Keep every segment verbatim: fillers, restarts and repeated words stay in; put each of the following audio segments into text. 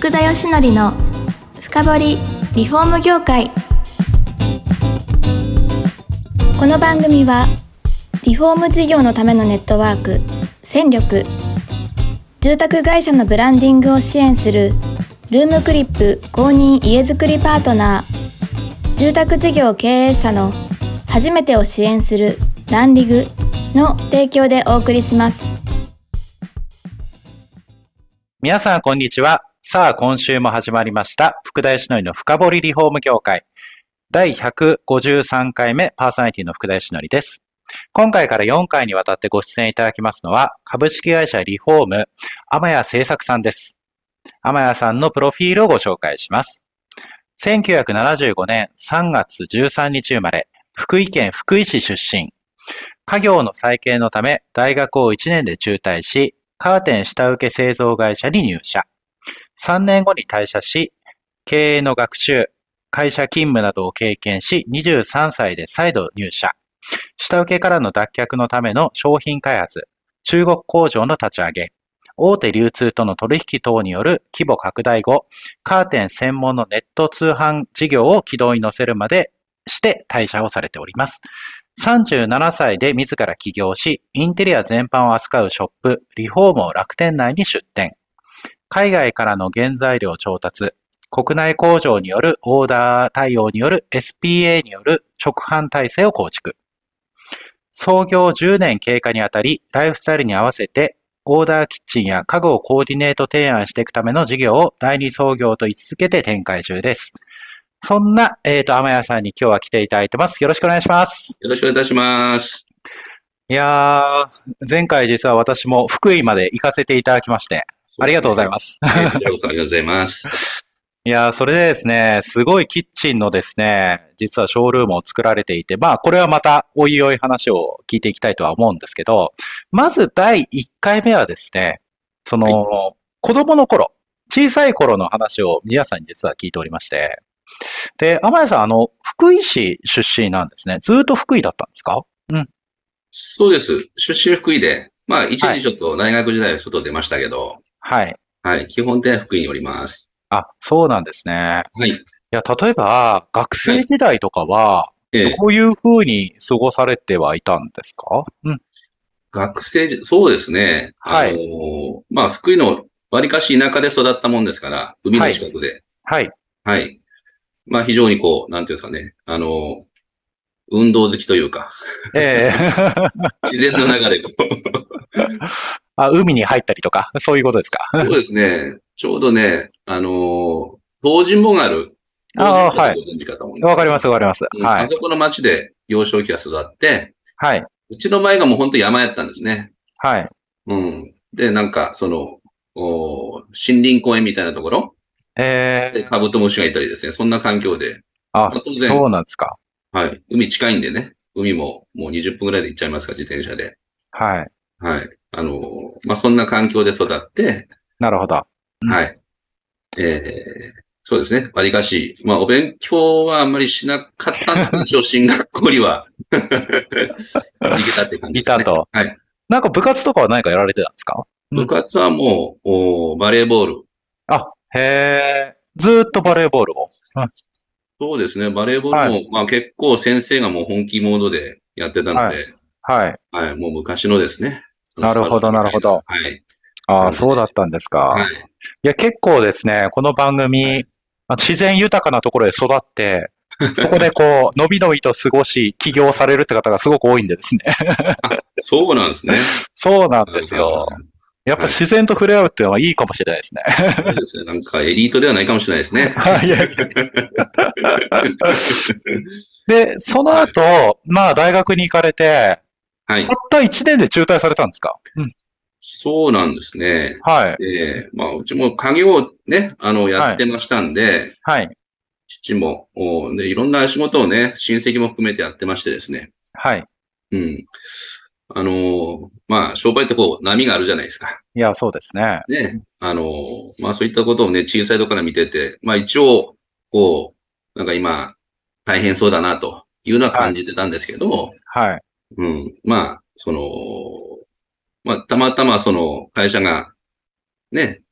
福田義則の深掘りリフォーム業界。この番組はリフォーム事業のためのネットワーク戦力、住宅会社のブランディングを支援するルームクリップ公認家づくりパートナー、住宅事業経営者の初めてを支援するランリグの提供でお送りします。 皆さんこんにちは。さあ今週も始まりました福田義則の深掘りリフォーム業界だいひゃくごじゅうさんかいめパーソナリティの福田義則です。今回からよんかいにわたってご出演いただきますのは株式会社リフォーム天谷製作さんです。天谷さんのプロフィールをご紹介します。せんきゅうひゃくななじゅうごねんさんがつじゅうさんにち生まれ、福井県福井市出身。家業の再建のため大学をいちねんで中退し、カーテン下請け製造会社に入社。さんねんごに退社し、経営の学習、会社勤務などを経験し、にじゅうさんさいで再度入社。下請けからの脱却のための商品開発、中国工場の立ち上げ、大手流通との取引等による規模拡大後、カーテン専門のネット通販事業を軌道に乗せるまでして退社をされております。さんじゅうななさいで自ら起業し、インテリア全般を扱うショップ、リフォームを楽天内に出店。海外からの原材料調達、国内工場によるオーダー対応による エスピーエー による直販体制を構築。創業じゅうねん経過にあたり、ライフスタイルに合わせて、オーダーキッチンや家具をコーディネート提案していくための事業を第二創業と位置づけて展開中です。そんな、えっと、天谷さんに今日は来ていただいてます。よろしくお願いします。 よろしくお願いいたします。 いやー、前回実は私も福井まで行かせていただきまして、ありがとうございます。 こちらこそありがとうございます。 いやー、それでですね、すごいキッチンのですね、実はショールームを作られていて、まあ、これはまたおいおい話を聞いていきたいとは思うんですけど、まずだいいっかいめはですね、その、はい、子供の頃、小さい頃の話を皆さんに実は聞いておりまして、で、天谷さん、あの、福井市出身なんですね。ずっと福井だったんですか？うん。 そうです。出身福井で、まあ、一時ちょっと大学時代は外出ましたけど、 はい。 はい。基本的には福井におります。 あ、そうなんですね。 はい。いや、例えば、学生時代とかは、どういうふうに過ごされてはいたんですか？うん。 学生時、そうですね。はい。あの、まあ、福井の割かし田舎で育ったもんですから、海の近くで。 はい。 はい。はい、まあ、非常にこう、なんていうんですかね。あの、運動好きというか。 ええ自然の流れこうあ、海に入ったりとか、そういうことですか？ そうですね。ちょうどね、あのー、東尋坊がある。 ああ、はい。 ご存知かと思います。 わかります、わかります。 うん、 はい。 あそこの町で幼少期は育って、 はい。 うちの前がもう本当山やったんですね。 はい。 うん。で、なんか、その、お森林公園みたいなところええー。 で、カブトムシがいたりですね。そんな環境で。 あ、まあ、当然。そうなんですか。 はい。海近いんでね。海ももうにじゅっぷんぐらいで行っちゃいますか、自転車で。 はい。 はい。あのー、まあ、そんな環境で育って。 なるほど。 うん、はい。えー、そうですね。わりかし。まあ、お勉強はあんまりしなかったんでしょう、進学校には。行けたって感じですね。 いたと。 はい。 なんか部活とかは何かやられてたんですか？ 部活はもう、おバレーボール。 あ、へえ。ずーっとバレーボールを。うん、 そうですね。バレーボールも、はい、まあ結構先生がもう本気モードでやってたので。 はい。はい。 はい、もう昔のですね。 なるほど、なるほど。 はい。 ああ、そうだったんですか。はい。いや、結構ですね、この番組、はい、自然豊かなところで育って、そこでこう、のびのびと過ごし、起業されるって方がすごく多いんでですね。 あ、そうなんですね。 そうなんですよ。やっぱ自然と触れ合うっていうのはいいかもしれないですね。 そうですね。なんかエリートではないかもしれないですね。 いやいやで、その後、はい、まあ大学に行かれて、はい、たったいちねんで中退されたんですか？うん、 そうなんですね。 はい。 えー、まあうちも家業をね、あの、やってましたんで、はい。はい、父も、おで、いろんな仕事をね、親戚も含めてやってましてですね。 はい。 うん。あのー、まあ、商売ってこう、波があるじゃないですか。 いや、そうですね。 ね。あのー、まあそういったことをね、小さいところから見てて、まあ一応、こう、なんか今、大変そうだな、というのは感じてたんですけども、 はい。はい、 うん。まあ、その、まあ、たまたまその会社が、ね、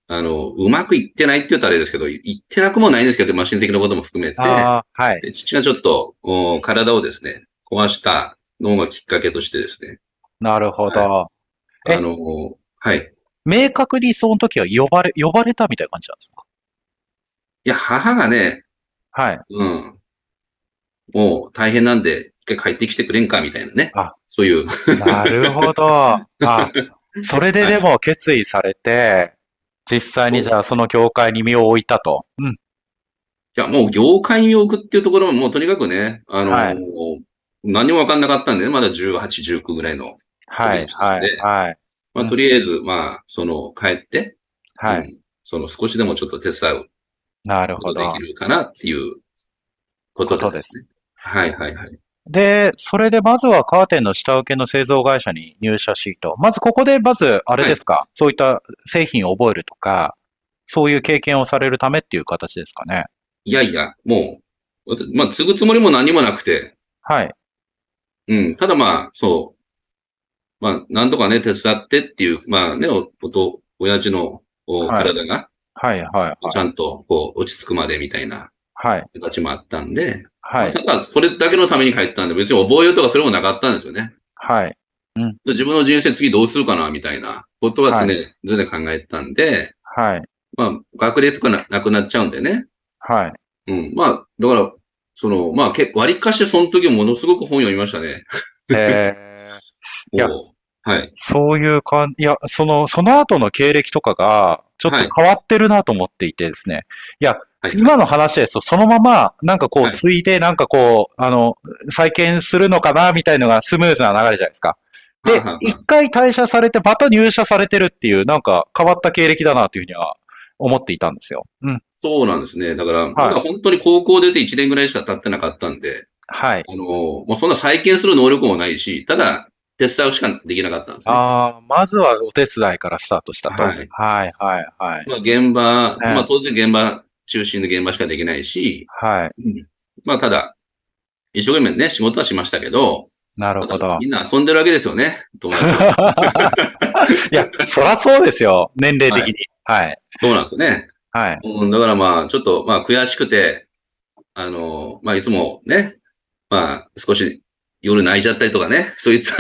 あの、うまくいってないって言ったらあれですけど、いってなくもないんですけど、マシン的なことも含めて、 ああ、はい。 で父がちょっと、お体をですね、壊したのがきっかけとしてですね、 なるほはい。 ど。え、 あの、はい。 明確にその時は呼ばれ、呼ばれたみたいな感じなんですか？ いや、母がね、 はい。 うん、もう大変なんで、一回帰ってきてくれんか、みたいなね。 あ、 そういう。 なるほど。あ、それではい。 でも決意されて、実際にじゃあその業界に身を置いたと。うん。 いや、もう業界に置くっていうところも、もうとにかくね、あのはい。 ー何もわかんなかったんでね、まだじゅうはち、じゅうきゅうぐらいの時ではい、はい、 したんで、 はい。 まあ、とうん。 りあえず、まあ、その、帰って、うはい。 ん、その少しでもちょっと手伝うなることできほど。 るかなっていうことことです。 でですね。はいはいはい。 で、それでまずはカーテンの下請けの製造会社に入社しと。まずここでまず、あれはい。 ですか、そういった製品を覚えるとか、そういう経験をされるためっていう形ですかね。 いやいや、もう、わたまあ、継ぐつもりも何もなくて、 はい。 うん、ただまあ、そう、まあ、なんとかね、手伝ってっていう、まあね、お、おと、親父のおはい。 体が、 はい、はい、はい。 ちゃんと、こう、落ち着くまでみたいなはい。 形もあったんで、まあ、 はい。 ただ、それだけのために帰ったんで、別に覚えようとかそれもなかったんですよね。 はい。うん。 で自分の人生次どうするかな、みたいなことは常、 はい。 常に考えてたんで、 はい。 まあ、学歴とかな、なくなっちゃうんでね。 はい。 うん。まあ、だから、その、まあ、け、割かしその時ものすごく本読みましたね。 えー、いや、 もう、はい。 そういうかん、いや、その、その後の経歴とかが、ちょっはい。 と変わってるなと思っていてですね。いや、 はい。はい。 今の話ですと、そのまま、なんかこう、 はい。 ついで、なんかこう、あの、再建するのかな、みたいのがスムーズな流れじゃないですか。 はあ、 で、 はあ、はあ。 一回退社されて、また入社されてるっていう、なんか変わった経歴だな、というふうには思っていたんですよ。うん。 そうなんですね。だから、まはい。 だ本当に高校出ていちねんぐらいしか経ってなかったんで、 はい。 あの、もうそんな再建する能力もないし、ただ、手伝うしかできなかったんですね。 ああ、まずはお手伝いからスタートしたと。 はい。 はい、はい、はい。 まあ、現場、まあ、 ね、 当然現場中心の現場しかできないし、 はい。 うん、まあ、ただ、一生懸命ね、仕事はしましたけど、 なるただ、 ほど。 みんな遊んでるわけですよね、友達は。 いや、そらそうですよ。年齢はい。 的に。はい。 そうなんですね。 はい。 うん、だからまあ、ちょっと、まあ、悔しくて、あの、まあ、いつもね、まあ、少し夜泣いちゃったりとかね、そういった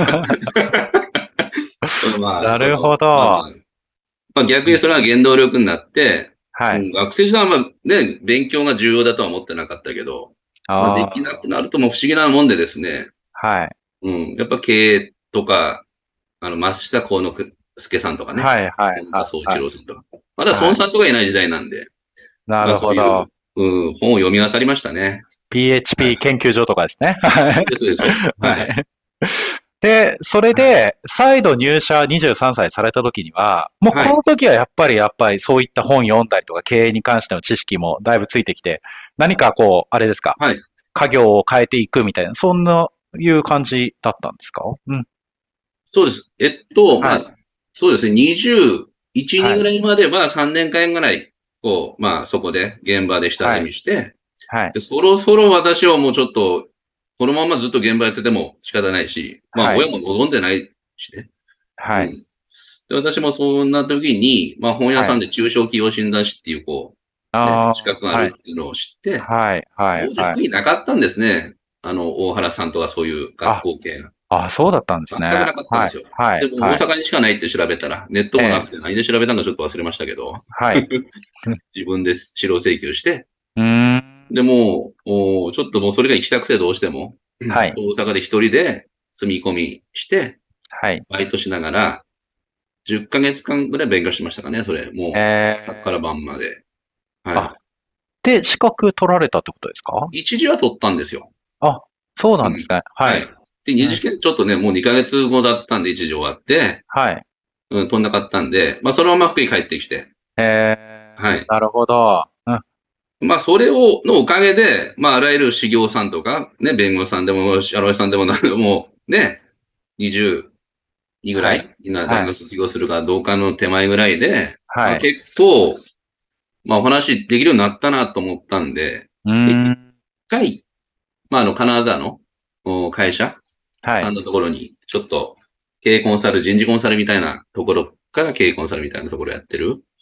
まあ、 なるほその、まあまど。 あ、まあ逆にそれは原動力になって、 はい。 うん、学生時代はまあね、勉強が重要だとは思ってなかったけど、まあできなあくなるともう不思議なもんでですね、 あ。はい。 うん、やっぱ経営とか、あの、松下幸之助さんとかね、 はい、はい、 本田宗一はい。 郎さんとか、まだ孫はい。 さんとかいない時代なんで、 なるまあそういう、 ほど。 うん、本を読み漁りましたね。はピーエイチピーい。 研究所とかですね。はそうです、そうです。 い。 はい。 はい。で、それはい。 で、再度入社にじゅうさんさいされた時には、もうはい。 この時はやっぱりやっぱりそういった本読んだりとか経営に関しての知識もだいぶついてきて、何かこう、あれですか、 はい。 家業を変えていくみたいな、そんないう感じだったんですか？うん。 そうです。えっと、まはい。 あ、そうですね。にじゅういち、にはい。 ぐらいまではさんねんかんぐらい、こう、まあ、そこで現場で下はい。 積みして、 はい。 で、そろそろ私はもうちょっと、このままずっと現場やってても仕方ないし、まあ、 はい。 親も望んでないしね。うはい。 ん。で、私もそんな時に、まあ、本屋はい。 さんで中小企業診断士っていう、こう、ね、 ああ、 資格があはい。 るっていうのを知って、 はい。はい。 当時はい。 福井なかったんですね。あの、大原さんとかそういう学あ、 校系が。 あ、そうだったんですね。 全くなかったんはい。 ですよ。 はい。 でも大はい。 阪にしかないって調べたら、ネットええ。 もなくて何で調べたのかちょっと忘れましたけど、 はい。 自分で資料請求して、 うーん。 でもう、おちょっともうそれが行きたくてどうしても、 はい。 大阪で一人で積み込みして、 はい。 バイトしながら、じゅっかげつかんぐらい勉強しましたかね、それ。もう、 え朝からえ。 晩まで。はあ、 い。 で、資格取られたってことですか？ 一時は取ったんですよ。 あ、そううん。 なんですね。はい。 はい。で、二次うん。 試験ちょっとね、もうにかげつごだったんで一時終わって、 はい。 うん、取んなかったんで、まあそのまま福井帰ってきて、 ええ、 はい。 なるほど。うん。 まあ、それを、のおかげで、まあ、あらゆる修行さんとか、ね、弁護士さんでも、社労士さんでもなる、もう、ね、にじゅうにぐらはい。 い今、大はい。 学卒業するかどうかの手前ぐらいで、まあ、 はい。 結構、まあ、お話できるようになったなと思ったんで、 うーで、一ん。 回、まあ、あの、金沢のお会社はい。 さんのところに、ちょっと、経営コンサル、人事コンサルみたいなところから経営コンサルみたいなところやってる。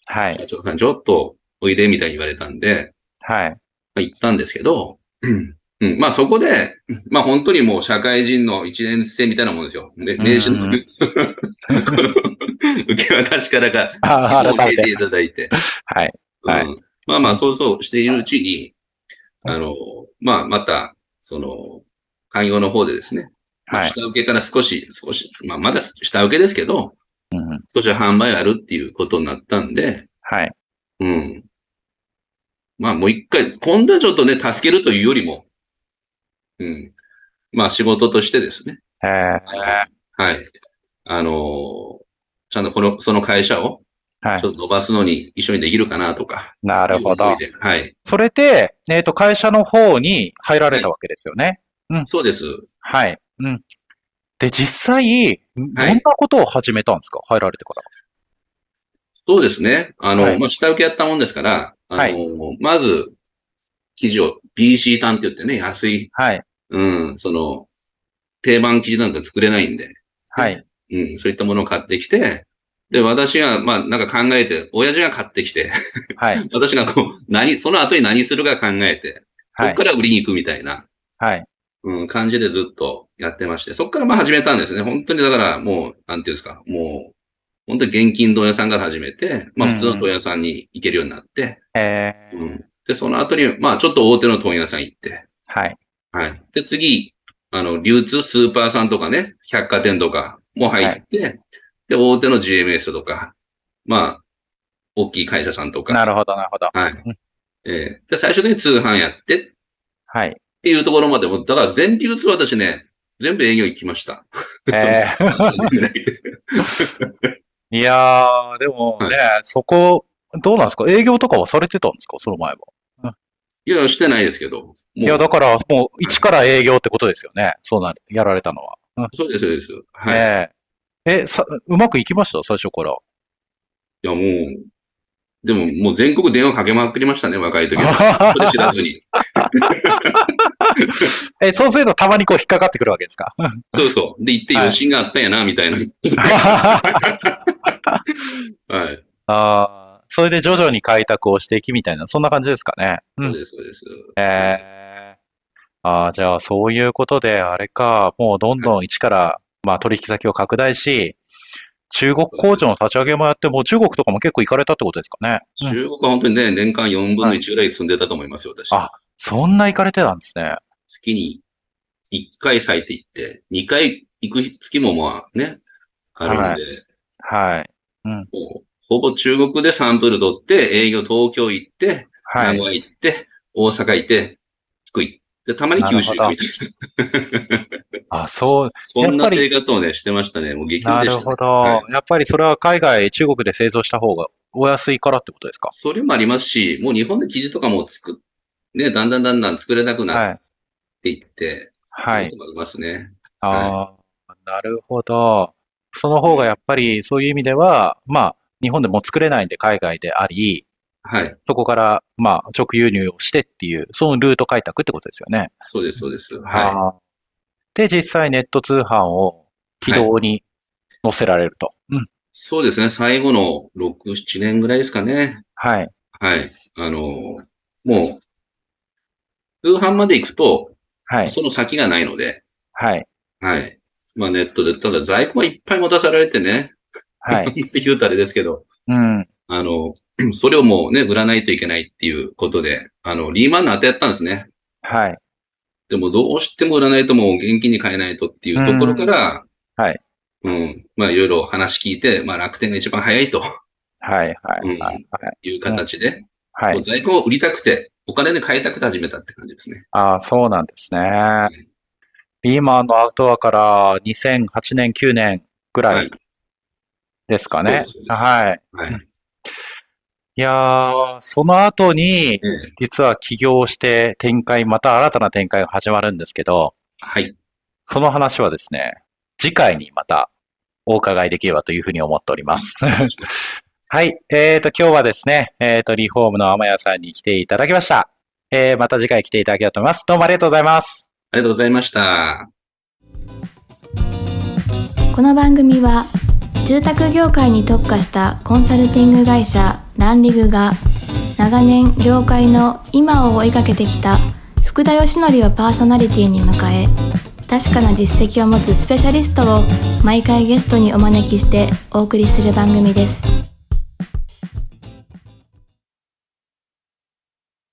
はい。 社長さんちょっとおいでみたいに言われたんで、 はい。 まあ、行ったんですけど、うん、まあそこで、まあ本当にもう社会人の一年生みたいなもんですよ。ね、名刺の、この受け渡しからが、教えていただいて。 はい。はい。 うん、まあまあそうそうしているうちに、あの、まあまた、その、開業の方でですね、まあ、下請けから少し、少し、まあまだ下請けですけど、うん、少し販売あるっていうことになったんで、 はい。 うん。まあもう一回、今度はちょっとね、助けるというよりも、うん。まあ仕事としてですね。 へー。 はい。あのー、ちゃんとこの、その会社を、はい。ちょっと伸ばすのに一緒にできるかなとか。 なるほど。 はい。 それで、えっと、会社の方に入られたわけですよね。 はい、うん。そうです。 はい。うん。で、実際、どんなことを始めたんですか、はい、入られてから。 そうですね。あの、はい、まあ、下請けやったもんですから、あの、はい、まず、生地を ビーシー 単って言ってね、安い。はい。うん、その、定番生地なんて作れないんで。はい。うん、そういったものを買ってきて、で、私が、まあ、なんか考えて、親父が買ってきて、はい。私がこう、何、その後に何するか考えて、そこから売りに行くみたいな。はい。うん、感じでずっとやってまして、そこからまあ始めたんですね。本当にだからもう、なんていうんですか、もう、本当に現金問屋さんから始めて、まあ普通の問屋さんに行けるようになって、うんうん、で、その後に、まあちょっと大手の問屋さん行って、はい。はい。で、次、あの、流通スーパーさんとかね、百貨店とかも入って、はい、で、大手の ジーエムエス とか、まあ、大きい会社さんとか。 なるほど、なるほど。 はい。えー、で、最初に通販やって、はい。っていうところまでも、だから全流通私ね、全部営業行きました。えー、 いやー、でもね、はい、そこ、どうなんですか、営業とかはされてたんですか、その前は。 うん、いや、してないですけど。 いや、だから、もう、一から営業ってことですよね。そうなる、やられたのは。 うん、そうです、そうです。はい。 えー、え、さ、うまくいきました最初から。いや、もう、でも、もう全国電話かけまくりましたね、若い時は。それ知らずに。 え、そうするとたまにこう引っかかってくるわけですか。 そうそう。で、行って余震があったんやな、みたいな。はい。 ああ、それで徐々に開拓をしていきみたいな、そんな感じですかね。 うん、そうです、そうです。 えー、ああ、じゃあそういうことで、あれか、もうどんどん一から、まあ取引先を拡大し、中国工場の立ち上げもやって、もう中国とかも結構行かれたってことですかね。 中国は本当にね、年間よんぶんのいちぐらい住んでたと思いますよ、私。 あ、そんな行かれてたんですね。 月にいっかい咲いていって、にかい行く月もまあね、あるんで。 はい。はい、うん。 もうほぼ中国でサンプル取って、営業東京行って、はい、名古屋行って、大阪行って、福井。で、たまに九州行くみたいな。 あ、そう。 そんな生活をね、してましたね。もう激変でした、ね。 なるほど、はい。やっぱりそれは海外、中国で製造した方がお安いからってことですか？ それもありますし、もう日本で生地とかも作っ、ね、だんだんだんだん作れなくなっていって、はい。そういうこともありますね。 ああ、はい、なるほど。その方がやっぱりそういう意味では、まあ、日本でも作れないんで海外であり、はい。そこから、まあ、直輸入をしてっていう、そのルート開拓ってことですよね。 そうです、そうです。はい。で、実際ネット通販を軌道に乗せられると。 はい、うん。そうですね。最後のろく、ななねんぐらいですかね。 はい。 はい。あの、もう、通販まで行くと、はい。その先がないので。はい。はい。まあネットで、ただ在庫はいっぱい持たされてね。はい。言うとあれですけど。うん。あの、それをもうね、売らないといけないっていうことで、あの、リーマンの後やったんですね。はい。でもどうしても売らないともう現金に買えないとっていうところから、はい。うん。まあいろいろ話聞いて、まあ楽天が一番早いと。はい、はい。うん。はい、いう形で、はい。在庫を売りたくて、お金で買いたくて始めたって感じですね。 ああ、そうなんですね。はい、リーマンの後はからにせんはちねん、きゅうねんぐらいですかね。はい。そうです、はい。はい。いやー、その後に、実は起業して展開、また新たな展開が始まるんですけど、はい。その話はですね、次回にまたお伺いできればというふうに思っております。はい。えーと、今日はですね、えーと、リフォームの天谷さんに来ていただきました。えー、また次回来ていただければと思います。どうもありがとうございます。 ありがとうございました。 この番組は、住宅業界に特化したコンサルティング会社ランリグが長年業界の今を追いかけてきた福田義則をパーソナリティに迎え、確かな実績を持つスペシャリストを毎回ゲストにお招きしてお送りする番組です。